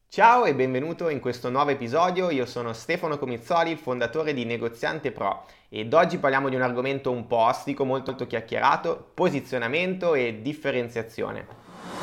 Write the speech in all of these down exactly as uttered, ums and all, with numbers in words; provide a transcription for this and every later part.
Ciao e benvenuto in questo nuovo episodio, io sono Stefano Comizzoli, il fondatore di Negoziante Pro ed oggi parliamo di un argomento un po' ostico, molto, molto chiacchierato, posizionamento e differenziazione.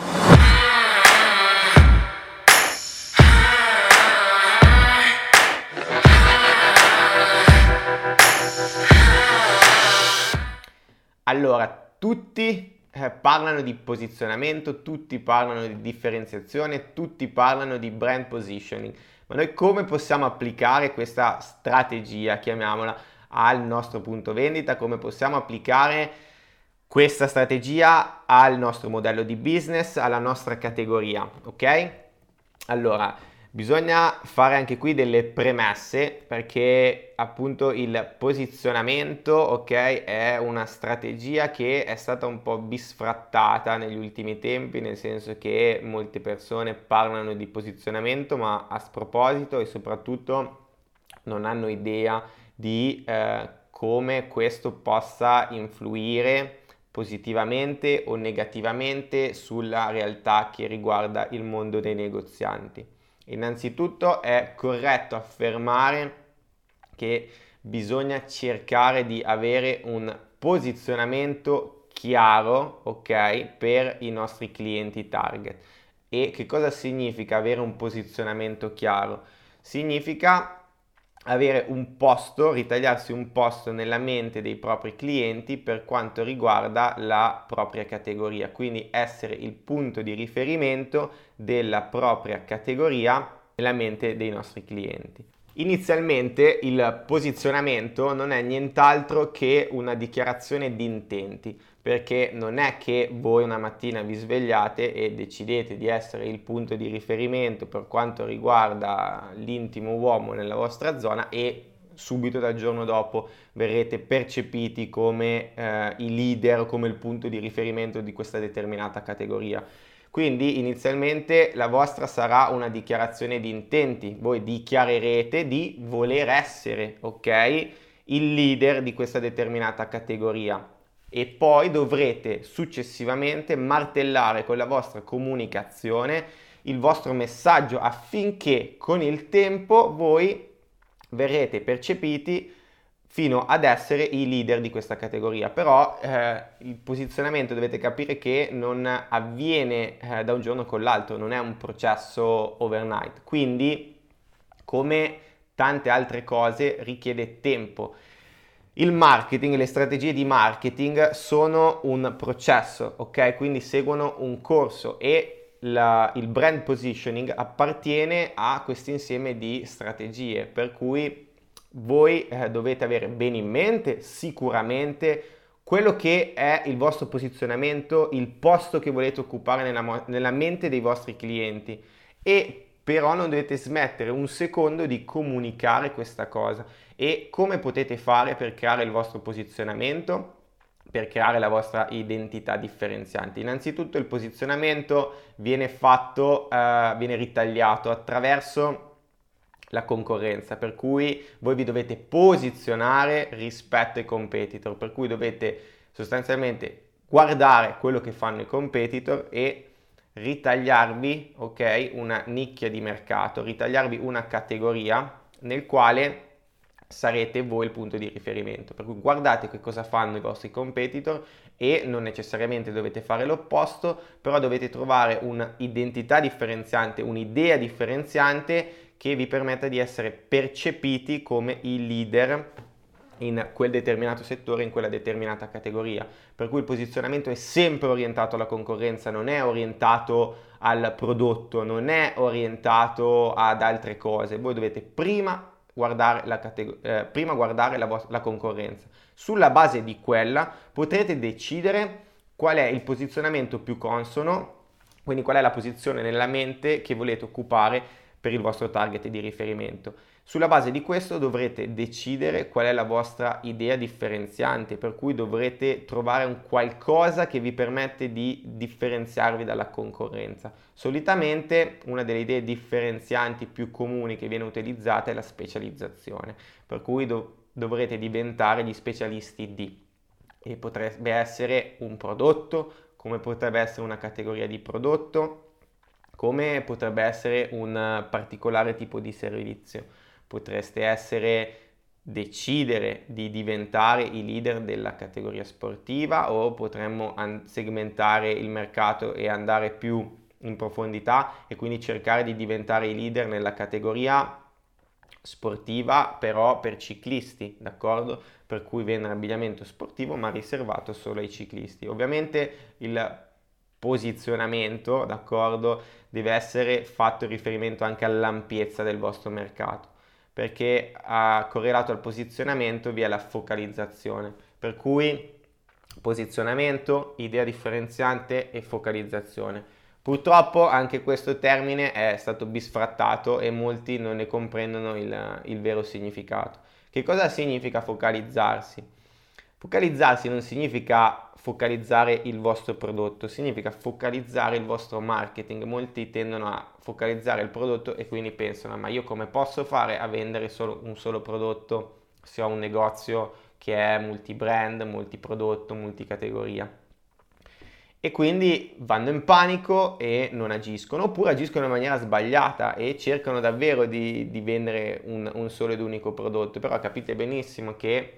Allora, tutti eh, parlano di posizionamento, tutti parlano di differenziazione, tutti parlano di brand positioning, ma noi come possiamo applicare questa strategia, chiamiamola, al nostro punto vendita? Come possiamo applicare questa strategia al nostro modello di business, alla nostra categoria, ok? Allora, bisogna fare anche qui delle premesse perché appunto il posizionamento, ok, è una strategia che è stata un po' bisfrattata negli ultimi tempi, nel senso che molte persone parlano di posizionamento ma a sproposito e soprattutto non hanno idea di eh, come questo possa influire positivamente o negativamente sulla realtà che riguarda il mondo dei negozianti. Innanzitutto è corretto affermare che bisogna cercare di avere un posizionamento chiaro, ok, per i nostri clienti target. E che cosa significa avere un posizionamento chiaro? Significa avere un posto, ritagliarsi un posto nella mente dei propri clienti per quanto riguarda la propria categoria, quindi essere il punto di riferimento della propria categoria nella mente dei nostri clienti. Inizialmente il posizionamento non è nient'altro che una dichiarazione di intenti, perché non è che voi una mattina vi svegliate e decidete di essere il punto di riferimento per quanto riguarda l'intimo uomo nella vostra zona e subito dal giorno dopo verrete percepiti come eh, i leader, come il punto di riferimento di questa determinata categoria. Quindi inizialmente la vostra sarà una dichiarazione di intenti, voi dichiarerete di voler essere, ok, il leader di questa determinata categoria e poi dovrete successivamente martellare con la vostra comunicazione il vostro messaggio affinché con il tempo voi verrete percepiti fino ad essere i leader di questa categoria. Però eh, il posizionamento dovete capire che non avviene eh, da un giorno con l'altro, non è un processo overnight. Quindi, come tante altre cose, richiede tempo. Il marketing, le strategie di marketing sono un processo, ok? Quindi seguono un corso e la, il brand positioning appartiene a questo insieme di strategie, per cui voi eh, dovete avere bene in mente sicuramente quello che è il vostro posizionamento, il posto che volete occupare nella, nella mente dei vostri clienti e però non dovete smettere un secondo di comunicare questa cosa. E come potete fare per creare il vostro posizionamento? Per creare la vostra identità differenziante. Innanzitutto il posizionamento viene fatto, eh, viene ritagliato attraverso la concorrenza, per cui voi vi dovete posizionare rispetto ai competitor, per cui dovete sostanzialmente guardare quello che fanno i competitor e ritagliarvi, ok, una nicchia di mercato, ritagliarvi una categoria nel quale sarete voi il punto di riferimento. Per cui guardate che cosa fanno i vostri competitor e non necessariamente dovete fare l'opposto, però dovete trovare un'identità differenziante, un'idea differenziante che vi permetta di essere percepiti come i leader in quel determinato settore, in quella determinata categoria. Per cui il posizionamento è sempre orientato alla concorrenza, non è orientato al prodotto, non è orientato ad altre cose. Voi dovete prima guardare la, categ- eh, prima guardare la, vo- la concorrenza. Sulla base di quella potrete decidere qual è il posizionamento più consono, quindi qual è la posizione nella mente che volete occupare per il vostro target di riferimento. Sulla base di questo dovrete decidere qual è la vostra idea differenziante, per cui dovrete trovare un qualcosa che vi permette di differenziarvi dalla concorrenza. Solitamente una delle idee differenzianti più comuni che viene utilizzata è la specializzazione, per cui dov- dovrete diventare gli specialisti di. E potrebbe essere un prodotto, come potrebbe essere una categoria di prodotto, come potrebbe essere un particolare tipo di servizio. Potreste essere decidere di diventare i leader della categoria sportiva, o potremmo segmentare il mercato e andare più in profondità e quindi cercare di diventare i leader nella categoria sportiva, però per ciclisti, d'accordo? Per cui vendere abbigliamento sportivo ma riservato solo ai ciclisti. Ovviamente il posizionamento, d'accordo, deve essere fatto riferimento anche all'ampiezza del vostro mercato, perché a, correlato al posizionamento vi è la focalizzazione, per cui posizionamento, idea differenziante e focalizzazione. Purtroppo anche questo termine è stato bisfrattato e molti non ne comprendono il, il vero significato. Che cosa significa focalizzarsi? Focalizzarsi non significa focalizzare il vostro prodotto, significa focalizzare il vostro marketing. Molti tendono a focalizzare il prodotto e quindi pensano: ma io come posso fare a vendere solo un solo prodotto se ho un negozio che è multibrand, multiprodotto, multicategoria? E quindi vanno in panico e non agiscono, oppure agiscono in maniera sbagliata e cercano davvero di, di vendere un, un solo ed unico prodotto. Però capite benissimo che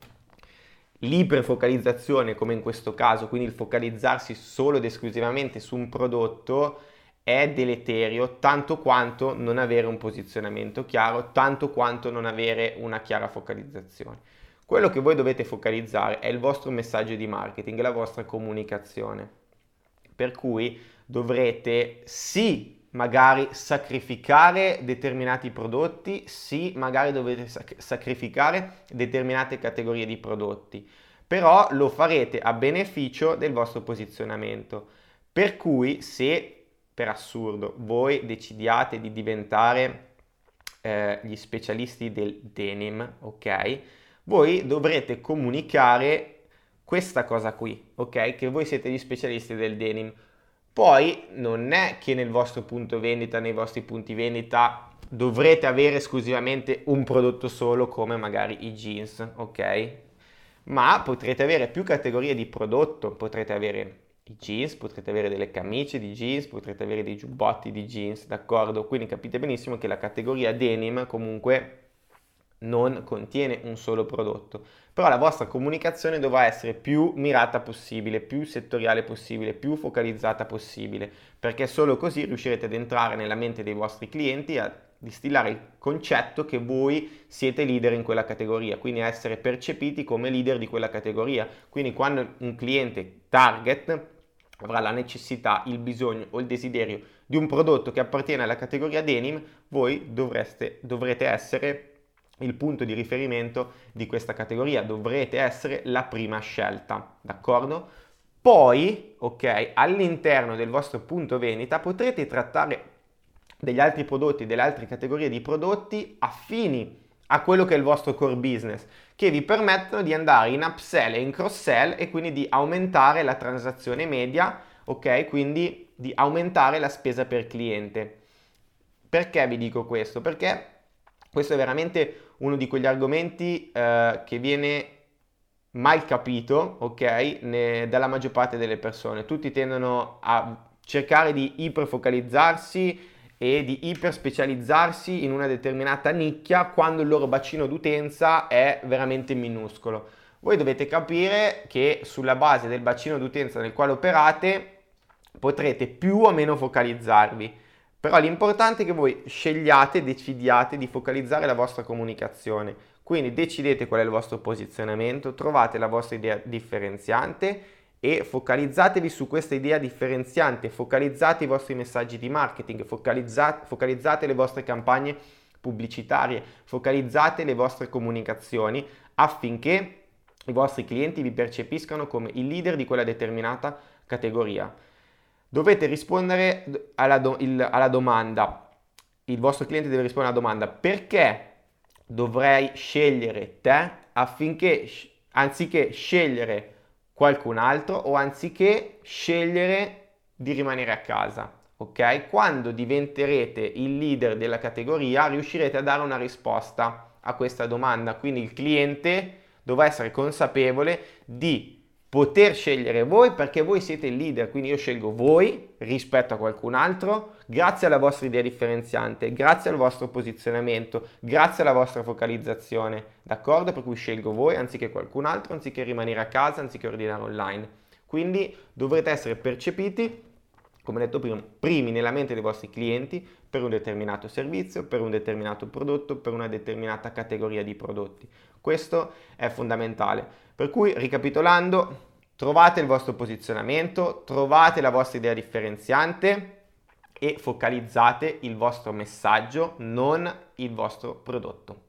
l'iperfocalizzazione, come in questo caso, quindi il focalizzarsi solo ed esclusivamente su un prodotto, è deleterio tanto quanto non avere un posizionamento chiaro, tanto quanto non avere una chiara focalizzazione. Quello che voi dovete focalizzare è il vostro messaggio di marketing, la vostra comunicazione. Per cui dovrete sì magari sacrificare determinati prodotti, sì magari dovete sac- sacrificare determinate categorie di prodotti, però lo farete a beneficio del vostro posizionamento. Per cui se per assurdo voi decidiate di diventare eh, gli specialisti del denim, ok? Voi dovrete comunicare questa cosa qui, ok? Che voi siete gli specialisti del denim. Poi non è che nel vostro punto vendita, nei vostri punti vendita, dovrete avere esclusivamente un prodotto solo come magari i jeans, ok? Ma potrete avere più categorie di prodotto, potrete avere i jeans, potrete avere delle camicie di jeans, potrete avere dei giubbotti di jeans, d'accordo? Quindi capite benissimo che la categoria denim comunque non contiene un solo prodotto, però la vostra comunicazione dovrà essere più mirata possibile, più settoriale possibile, più focalizzata possibile, perché solo così riuscirete ad entrare nella mente dei vostri clienti, a distillare il concetto che voi siete leader in quella categoria, quindi a essere percepiti come leader di quella categoria. Quindi quando un cliente target avrà la necessità, il bisogno o il desiderio di un prodotto che appartiene alla categoria denim, voi dovreste, dovrete essere il punto di riferimento di questa categoria, dovrete essere la prima scelta, d'accordo? Poi, ok, all'interno del vostro punto vendita potrete trattare degli altri prodotti, delle altre categorie di prodotti affini a quello che è il vostro core business, che vi permettono di andare in upsell e in cross sell e quindi di aumentare la transazione media, ok? Quindi di aumentare la spesa per cliente. Perché vi dico questo? Perché questo è veramente uno di quegli argomenti eh, che viene mal capito, ok, ne, dalla maggior parte delle persone. Tutti tendono a cercare di iperfocalizzarsi e di iperspecializzarsi in una determinata nicchia quando il loro bacino d'utenza è veramente minuscolo. Voi dovete capire che sulla base del bacino d'utenza nel quale operate potrete più o meno focalizzarvi. Però l'importante è che voi scegliate, decidiate di focalizzare la vostra comunicazione. Quindi decidete qual è il vostro posizionamento, trovate la vostra idea differenziante e focalizzatevi su questa idea differenziante, focalizzate i vostri messaggi di marketing, focalizzate, focalizzate le vostre campagne pubblicitarie, focalizzate le vostre comunicazioni affinché i vostri clienti vi percepiscano come il leader di quella determinata categoria. Dovete rispondere alla, do, il, alla domanda, il vostro cliente deve rispondere alla domanda: perché dovrei scegliere te affinché, anziché scegliere qualcun altro o anziché scegliere di rimanere a casa, ok? Quando diventerete il leader della categoria riuscirete a dare una risposta a questa domanda, quindi il cliente dovrà essere consapevole di poter scegliere voi perché voi siete il leader, quindi io scelgo voi rispetto a qualcun altro grazie alla vostra idea differenziante, grazie al vostro posizionamento, grazie alla vostra focalizzazione, d'accordo? Per cui scelgo voi anziché qualcun altro, anziché rimanere a casa, anziché ordinare online. Quindi dovrete essere percepiti, come detto prima, primi nella mente dei vostri clienti per un determinato servizio, per un determinato prodotto, per una determinata categoria di prodotti. Questo è fondamentale. Per cui, ricapitolando, trovate il vostro posizionamento, trovate la vostra idea differenziante e focalizzate il vostro messaggio, non il vostro prodotto.